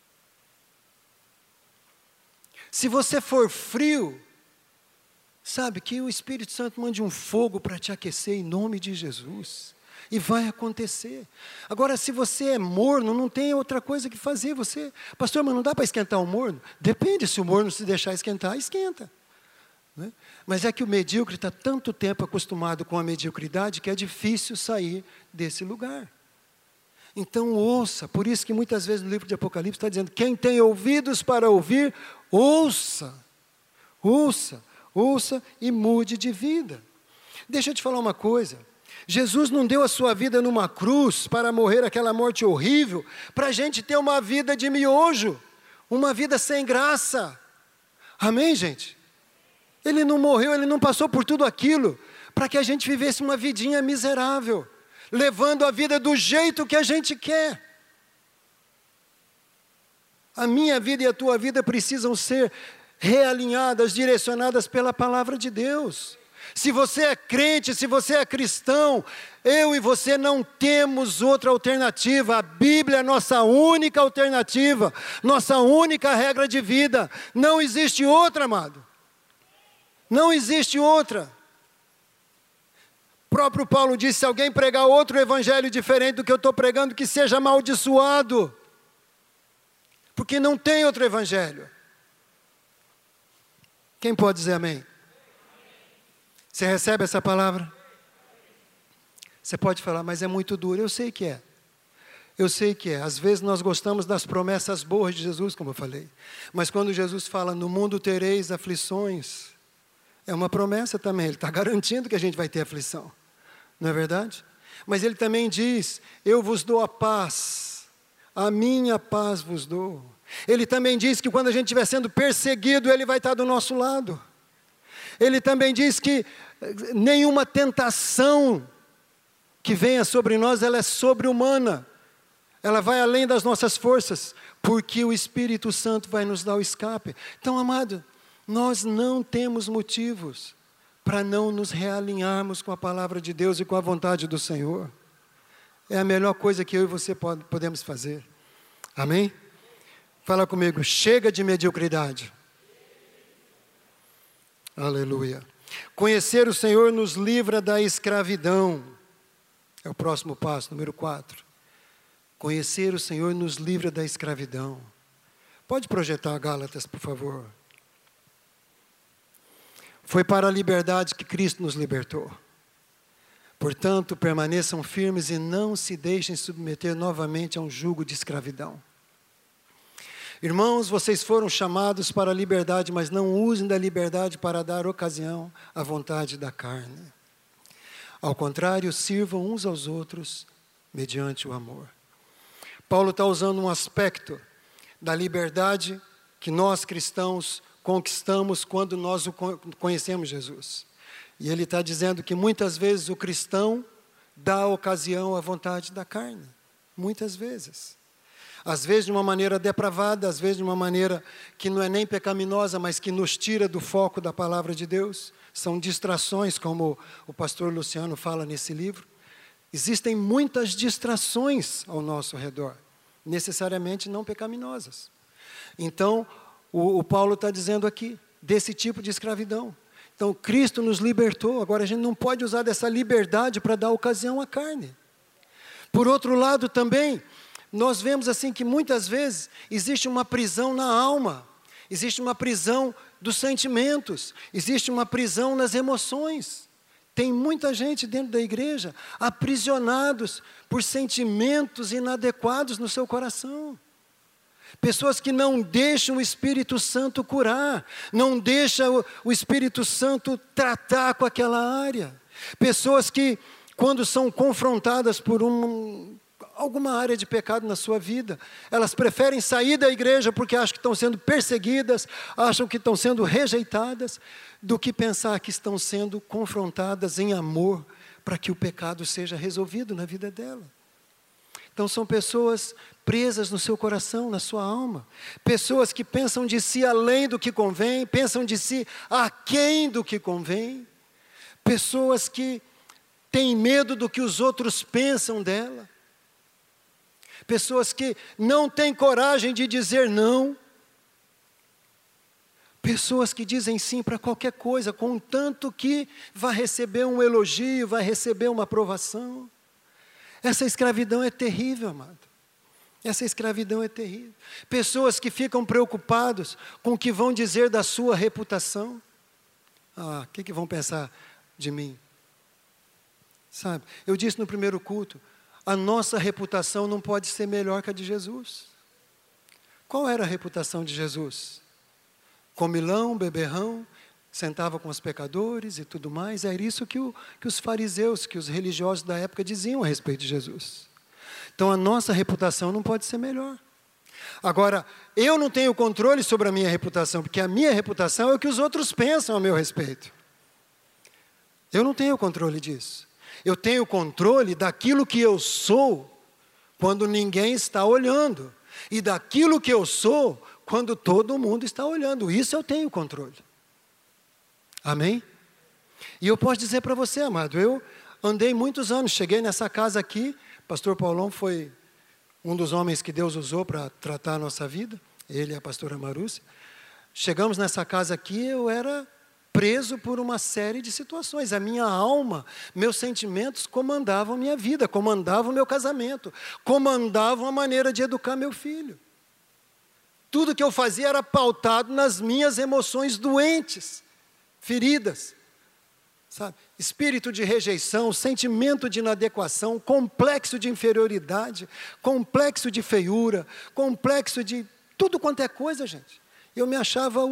Se você for frio, sabe, que o Espírito Santo mande um fogo para te aquecer em nome de Jesus. E vai acontecer. Agora, se você é morno, não tem outra coisa que fazer. Você, pastor, mas não dá para esquentar o morno? Depende, se o morno se deixar esquentar, esquenta. Né? Mas é que o medíocre está tanto tempo acostumado com a mediocridade que é difícil sair desse lugar. Então ouça, por isso que muitas vezes no livro de Apocalipse está dizendo, quem tem ouvidos para ouvir, ouça, ouça, ouça e mude de vida. Deixa eu te falar uma coisa, Jesus não deu a sua vida numa cruz para morrer aquela morte horrível, para a gente ter uma vida de miojo, uma vida sem graça. Amém, gente? Ele não morreu, ele não passou por tudo aquilo, para que a gente vivesse uma vidinha miserável, levando a vida do jeito que a gente quer. A minha vida e a tua vida precisam ser realinhadas, direcionadas pela palavra de Deus. Se você é crente, se você é cristão, eu e você não temos outra alternativa. A Bíblia é a nossa única alternativa, nossa única regra de vida. Não existe outra, amado. Não existe outra. O próprio Paulo disse, se alguém pregar outro evangelho diferente do que eu estou pregando, que seja amaldiçoado. Porque não tem outro evangelho. Quem pode dizer amém? Você recebe essa palavra? Você pode falar, mas é muito duro. Eu sei que é. Eu sei que é. Às vezes nós gostamos das promessas boas de Jesus, como eu falei. Mas quando Jesus fala, no mundo tereis aflições, é uma promessa também. Ele está garantindo que a gente vai ter aflição. Não é verdade? Mas ele também diz, eu vos dou a paz, a minha paz vos dou. Ele também diz que quando a gente estiver sendo perseguido, ele vai estar do nosso lado. Ele também diz que nenhuma tentação que venha sobre nós, ela é sobre-humana. Ela vai além das nossas forças, porque o Espírito Santo vai nos dar o escape. Então, amado, nós não temos motivos para não nos realinharmos com a palavra de Deus e com a vontade do Senhor. É a melhor coisa que eu e você podemos fazer. Amém? Fala comigo, chega de mediocridade. Aleluia. Conhecer o Senhor nos livra da escravidão. É o próximo passo, número 4. Conhecer o Senhor nos livra da escravidão. Pode projetar Gálatas, por favor. Foi para a liberdade que Cristo nos libertou. Portanto, permaneçam firmes e não se deixem submeter novamente a um jugo de escravidão. Irmãos, vocês foram chamados para a liberdade, mas não usem da liberdade para dar ocasião à vontade da carne. Ao contrário, sirvam uns aos outros mediante o amor. Paulo está usando um aspecto da liberdade que nós cristãos conquistamos quando nós conhecemos Jesus. E ele está dizendo que muitas vezes o cristão dá ocasião à vontade da carne. Muitas vezes. Às vezes de uma maneira depravada, às vezes de uma maneira que não é nem pecaminosa, mas que nos tira do foco da palavra de Deus. São distrações, como o pastor Luciano fala nesse livro. Existem muitas distrações ao nosso redor, necessariamente não pecaminosas. Então, o Paulo está dizendo aqui, desse tipo de escravidão. Então, Cristo nos libertou, agora a gente não pode usar dessa liberdade para dar ocasião à carne. Por outro lado também, nós vemos assim que muitas vezes existe uma prisão na alma, existe uma prisão dos sentimentos, existe uma prisão nas emoções. Tem muita gente dentro da igreja aprisionados por sentimentos inadequados no seu coração. Pessoas que não deixam o Espírito Santo curar, não deixam o Espírito Santo tratar com aquela área. Pessoas que, quando são confrontadas por alguma área de pecado na sua vida, elas preferem sair da igreja porque acham que estão sendo perseguidas, acham que estão sendo rejeitadas, do que pensar que estão sendo confrontadas em amor para que o pecado seja resolvido na vida dela. Então são pessoas presas no seu coração, na sua alma. Pessoas que pensam de si além do que convém, pensam de si aquém do que convém. Pessoas que têm medo do que os outros pensam dela. Pessoas que não têm coragem de dizer não. Pessoas que dizem sim para qualquer coisa, contanto que vai receber um elogio, vai receber uma aprovação. Essa escravidão é terrível, amado. Essa escravidão é terrível. Pessoas que ficam preocupados com o que vão dizer da sua reputação. O que vão pensar de mim? Sabe, eu disse no primeiro culto, a nossa reputação não pode ser melhor que a de Jesus. Qual era a reputação de Jesus? Comilão, beberrão, sentava com os pecadores e tudo mais. Era isso que os fariseus, que os religiosos da época diziam a respeito de Jesus. Então a nossa reputação não pode ser melhor. Agora, eu não tenho controle sobre a minha reputação, porque a minha reputação é o que os outros pensam a meu respeito. Eu não tenho controle disso. Eu tenho controle daquilo que eu sou quando ninguém está olhando. E daquilo que eu sou quando todo mundo está olhando. Isso eu tenho controle. Amém? E eu posso dizer para você, amado, eu andei muitos anos, cheguei nessa casa aqui, pastor Paulão foi um dos homens que Deus usou para tratar a nossa vida, ele e a pastora Marúcia. Chegamos nessa casa aqui, eu era preso por uma série de situações. A minha alma, meus sentimentos comandavam a minha vida, comandavam o meu casamento, comandavam a maneira de educar meu filho. Tudo que eu fazia era pautado nas minhas emoções doentes, feridas, sabe? Espírito de rejeição, sentimento de inadequação, complexo de inferioridade, complexo de feiura, complexo de tudo quanto é coisa, gente. Eu me achava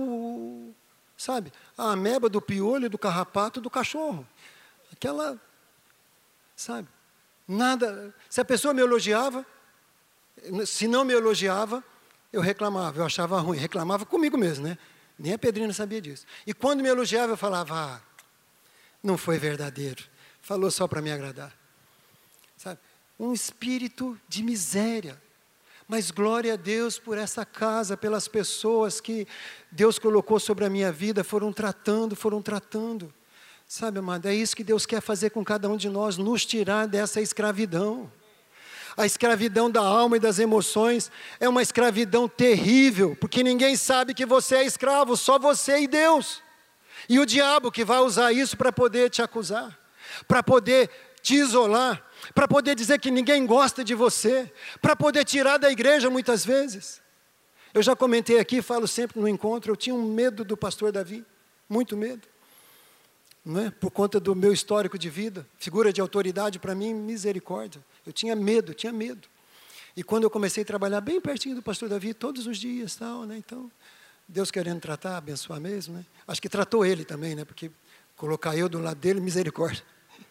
a ameba do piolho, do carrapato, do cachorro. Aquela, sabe, nada. Se a pessoa me elogiava, se não me elogiava, eu reclamava, eu achava ruim, reclamava comigo mesmo, né? Nem a Pedrina sabia disso. E quando me elogiava, eu falava, não foi verdadeiro, falou só para me agradar. Sabe? um espírito de miséria. Mas glória a Deus por essa casa, pelas pessoas que Deus colocou sobre a minha vida, foram tratando. Sabe, amado, é isso que Deus quer fazer com cada um de nós, nos tirar dessa escravidão. A escravidão da alma e das emoções é uma escravidão terrível, porque ninguém sabe que você é escravo, só você e Deus. E o diabo que vai usar isso para poder te acusar, para poder te isolar, para poder dizer que ninguém gosta de você, para poder tirar da igreja muitas vezes. Eu já comentei aqui, falo sempre no encontro, eu tinha um medo do pastor Davi, muito medo. Não é? Por conta do meu histórico de vida, figura de autoridade para mim, misericórdia. Eu tinha medo. E quando eu comecei a trabalhar bem pertinho do pastor Davi, todos os dias, tal, né? Então, Deus querendo tratar, abençoar mesmo, né? Acho que tratou ele também, né? Porque colocar eu do lado dele, misericórdia.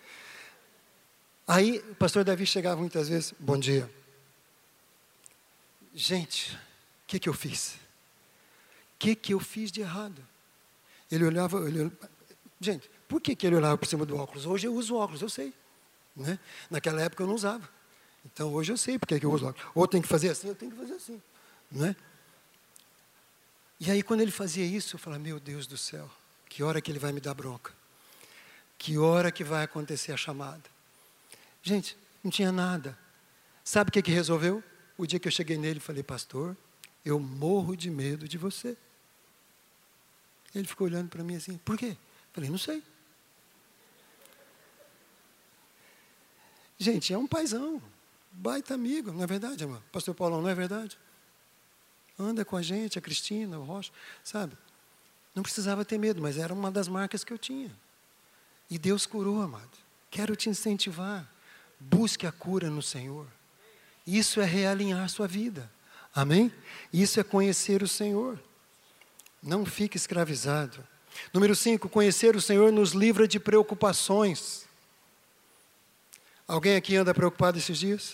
Aí, o pastor Davi chegava muitas vezes, bom dia. Gente, o que eu fiz? O que eu fiz de errado? Ele olhava, gente, por que ele olhava por cima do óculos? Hoje eu uso óculos, eu sei. Né? Naquela época eu não usava. Então hoje eu sei porque eu uso óculos. Ou tem que fazer assim, eu tenho que fazer assim. Né? E aí quando ele fazia isso, eu falava, meu Deus do céu, que hora que ele vai me dar bronca? Que hora que vai acontecer a chamada? Gente, não tinha nada. Sabe o que resolveu? O dia que eu cheguei nele e falei, pastor, eu morro de medo de você. Ele ficou olhando para mim assim, por quê? Falei, não sei. Gente, é um paizão, baita amigo, não é verdade, amor? Pastor Paulão, não é verdade? Anda com a gente, a Cristina, o Rocha, sabe? Não precisava ter medo, mas era uma das marcas que eu tinha. E Deus curou, amado. Quero te incentivar. Busque a cura no Senhor. Isso é realinhar sua vida. Amém? Isso é conhecer o Senhor. Não fique escravizado. Número 5, conhecer o Senhor nos livra de preocupações. Alguém aqui anda preocupado esses dias?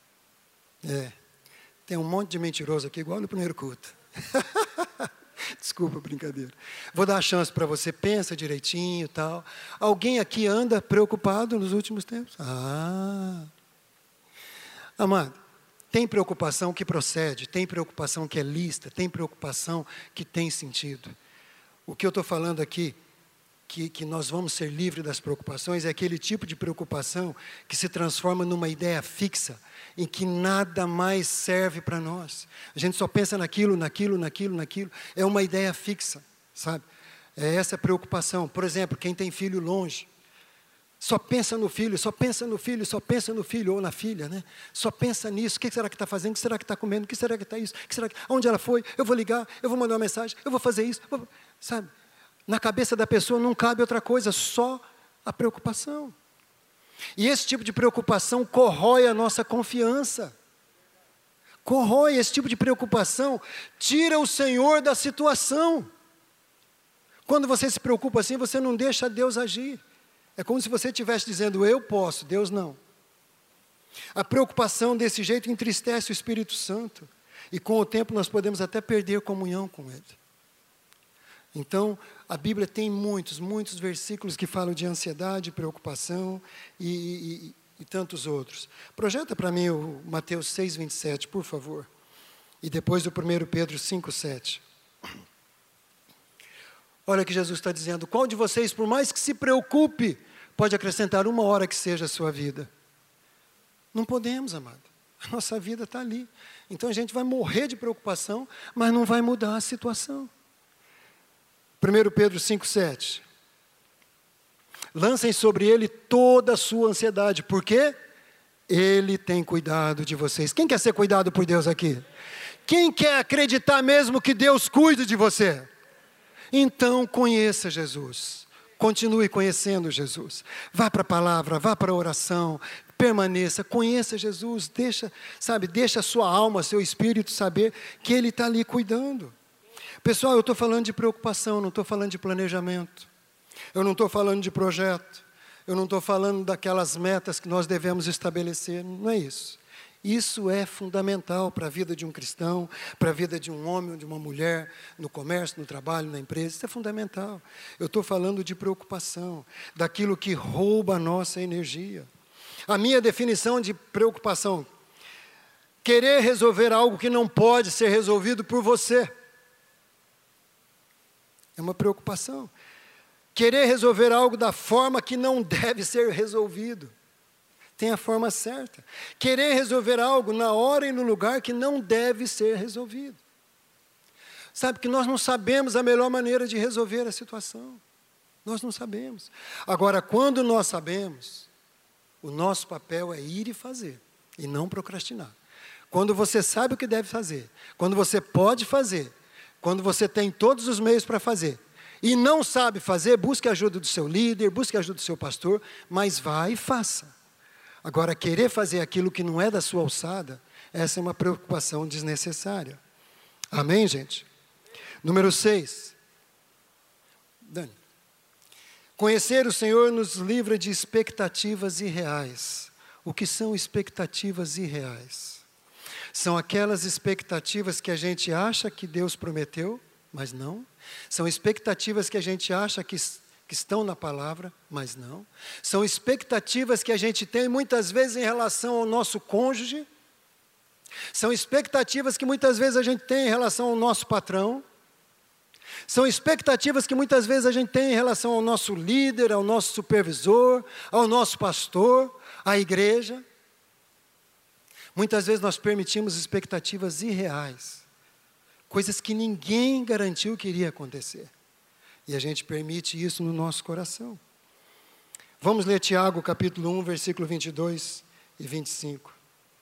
Tem um monte de mentiroso aqui, igual no primeiro culto. Desculpa, brincadeira. Vou dar a chance para você, pensa direitinho e tal. Alguém aqui anda preocupado nos últimos tempos? Amado, tem preocupação que procede, tem preocupação que é lícita, tem preocupação que tem sentido. O que eu estou falando aqui, que nós vamos ser livres das preocupações, é aquele tipo de preocupação que se transforma numa ideia fixa, em que nada mais serve para nós. A gente só pensa naquilo. É uma ideia fixa, sabe? É essa preocupação. Por exemplo, quem tem filho longe, só pensa no filho, ou na filha, né? Só pensa nisso, o que será que está fazendo, o que será que está comendo, o que será que está isso, onde ela foi, eu vou ligar, eu vou mandar uma mensagem, eu vou fazer isso, sabe? Na cabeça da pessoa não cabe outra coisa, só a preocupação. E esse tipo de preocupação corrói a nossa confiança. Corrói esse tipo de preocupação, tira o Senhor da situação. Quando você se preocupa assim, você não deixa Deus agir. É como se você estivesse dizendo, eu posso, Deus não. A preocupação desse jeito entristece o Espírito Santo. E com o tempo nós podemos até perder comunhão com Ele. Então, a Bíblia tem muitos versículos que falam de ansiedade, preocupação e tantos outros. Projeta para mim o Mateus 6:27, por favor. E depois o 1 Pedro 5:7. Olha que Jesus está dizendo, qual de vocês, por mais que se preocupe, pode acrescentar uma hora que seja a sua vida? Não podemos, amado. A nossa vida está ali. Então a gente vai morrer de preocupação, mas não vai mudar a situação. 1 Pedro 5:7. Lancem sobre ele toda a sua ansiedade, porque ele tem cuidado de vocês. Quem quer ser cuidado por Deus aqui? Quem quer acreditar mesmo que Deus cuida de você? Então conheça Jesus. Continue conhecendo Jesus. Vá para a palavra, vá para a oração, permaneça, conheça Jesus, deixa a sua alma, seu espírito saber que Ele está ali cuidando. Pessoal, eu estou falando de preocupação, não estou falando de planejamento. Eu não estou falando de projeto. Eu não estou falando daquelas metas que nós devemos estabelecer. Não é isso. Isso é fundamental para a vida de um cristão, para a vida de um homem ou de uma mulher, no comércio, no trabalho, na empresa. Isso é fundamental. Eu estou falando de preocupação, daquilo que rouba a nossa energia. A minha definição de preocupação: querer resolver algo que não pode ser resolvido por você. É uma preocupação. Querer resolver algo da forma que não deve ser resolvido. Tem a forma certa. Querer resolver algo na hora e no lugar que não deve ser resolvido. Sabe que nós não sabemos a melhor maneira de resolver a situação. Nós não sabemos. Agora, quando nós sabemos, o nosso papel é ir e fazer, e não procrastinar. Quando você sabe o que deve fazer, quando você pode fazer, quando você tem todos os meios para fazer, e não sabe fazer, busque a ajuda do seu líder, busque a ajuda do seu pastor, mas vá e faça. Agora, querer fazer aquilo que não é da sua alçada, essa é uma preocupação desnecessária. Amém, gente? Número 6. Dani. Conhecer o Senhor nos livra de expectativas irreais. O que são expectativas irreais? São aquelas expectativas que a gente acha que Deus prometeu, mas não. São expectativas que a gente acha que estão na palavra, mas não. São expectativas que a gente tem muitas vezes em relação ao nosso cônjuge. São expectativas que muitas vezes a gente tem em relação ao nosso patrão. São expectativas que muitas vezes a gente tem em relação ao nosso líder, ao nosso supervisor, ao nosso pastor, à igreja. Muitas vezes nós permitimos expectativas irreais, coisas que ninguém garantiu que iria acontecer. E a gente permite isso no nosso coração. Vamos ler Tiago, capítulo 1, versículo 22 e 25.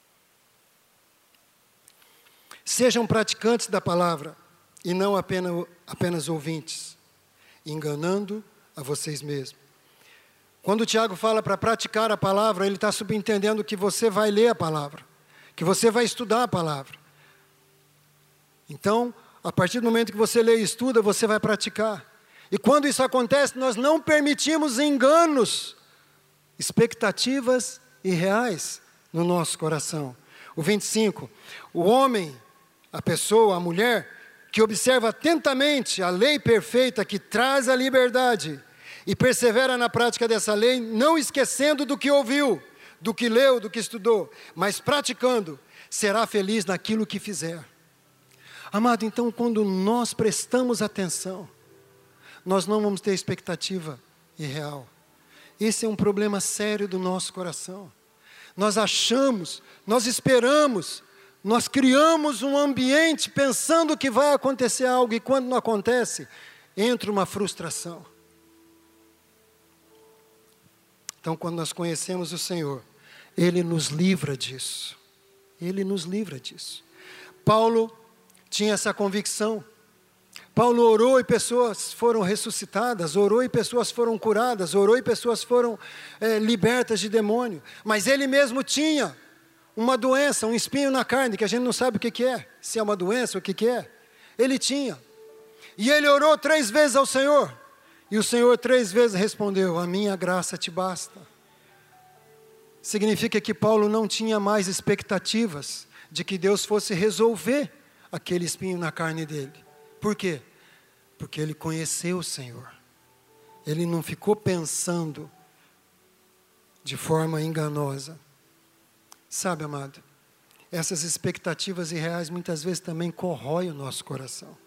Sejam praticantes da palavra, e não apenas ouvintes, enganando a vocês mesmos. Quando o Tiago fala para praticar a palavra, ele está subentendendo que você vai ler a palavra, que você vai estudar a palavra. Então, a partir do momento que você lê e estuda, você vai praticar. E quando isso acontece, nós não permitimos enganos, expectativas irreais no nosso coração. O 25, o homem, a pessoa, a mulher, que observa atentamente a lei perfeita que traz a liberdade e persevera na prática dessa lei, não esquecendo do que ouviu, do que leu, do que estudou, mas praticando, será feliz naquilo que fizer. Amado, então quando nós prestamos atenção, nós não vamos ter expectativa irreal. Esse é um problema sério do nosso coração. Nós achamos, nós esperamos, nós criamos um ambiente pensando que vai acontecer algo, e quando não acontece, entra uma frustração. Então, quando nós conhecemos o Senhor, Ele nos livra disso. Ele nos livra disso. Paulo tinha essa convicção. Paulo orou e pessoas foram ressuscitadas, orou e pessoas foram curadas, orou e pessoas foram libertas de demônio. Mas ele mesmo tinha uma doença, um espinho na carne, que a gente não sabe o que é, se é uma doença, o que é. Ele tinha. E ele orou 3 vezes ao Senhor. E o Senhor 3 vezes respondeu: a minha graça te basta. Significa que Paulo não tinha mais expectativas de que Deus fosse resolver aquele espinho na carne dele. Por quê? Porque ele conheceu o Senhor. Ele não ficou pensando de forma enganosa. Sabe, amado, essas expectativas irreais muitas vezes também corroem o nosso coração.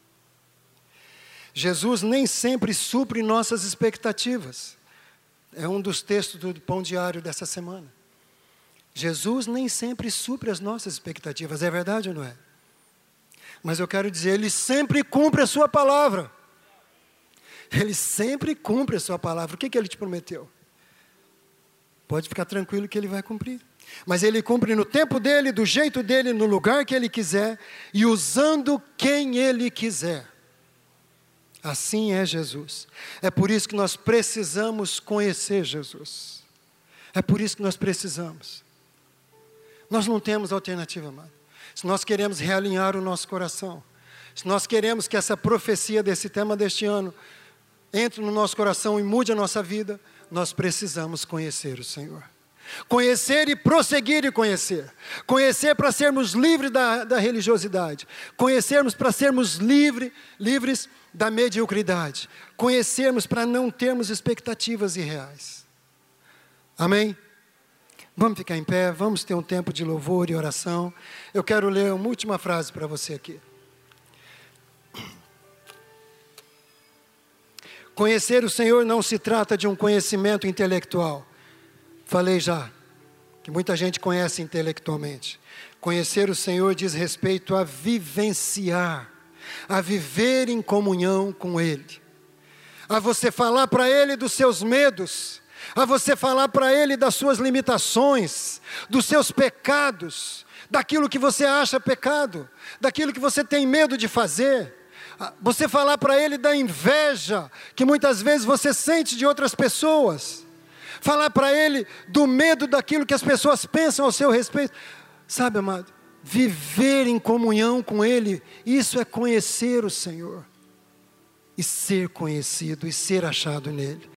Jesus nem sempre supre nossas expectativas. É um dos textos do Pão Diário dessa semana. Jesus nem sempre supre as nossas expectativas, é verdade ou não é? Mas eu quero dizer, Ele sempre cumpre a sua palavra. Ele sempre cumpre a sua palavra. O que Ele te prometeu? Pode ficar tranquilo que Ele vai cumprir. Mas Ele cumpre no tempo dEle, do jeito dEle, no lugar que Ele quiser e usando quem Ele quiser. Assim é Jesus. É por isso que nós precisamos conhecer Jesus. É por isso que nós precisamos. Nós não temos alternativa, amado. Se nós queremos realinhar o nosso coração, se nós queremos que essa profecia desse tema deste ano entre no nosso coração e mude a nossa vida, nós precisamos conhecer o Senhor. Conhecer e prosseguir e conhecer. Conhecer para sermos livres da religiosidade. Conhecermos para sermos livres da mediocridade. Conhecermos para não termos expectativas irreais. Amém? Vamos ficar em pé, vamos ter um tempo de louvor e oração. Eu quero ler uma última frase para você aqui. Conhecer o Senhor não se trata de um conhecimento intelectual. Falei já, que muita gente conhece intelectualmente. Conhecer o Senhor diz respeito a vivenciar, a viver em comunhão com Ele. A você falar para Ele dos seus medos, a você falar para Ele das suas limitações, dos seus pecados, daquilo que você acha pecado, daquilo que você tem medo de fazer. Você falar para Ele da inveja que muitas vezes você sente de outras pessoas. Falar para Ele do medo daquilo que as pessoas pensam ao seu respeito. Sabe, amado, viver em comunhão com Ele, isso é conhecer o Senhor. E ser conhecido, e ser achado nele.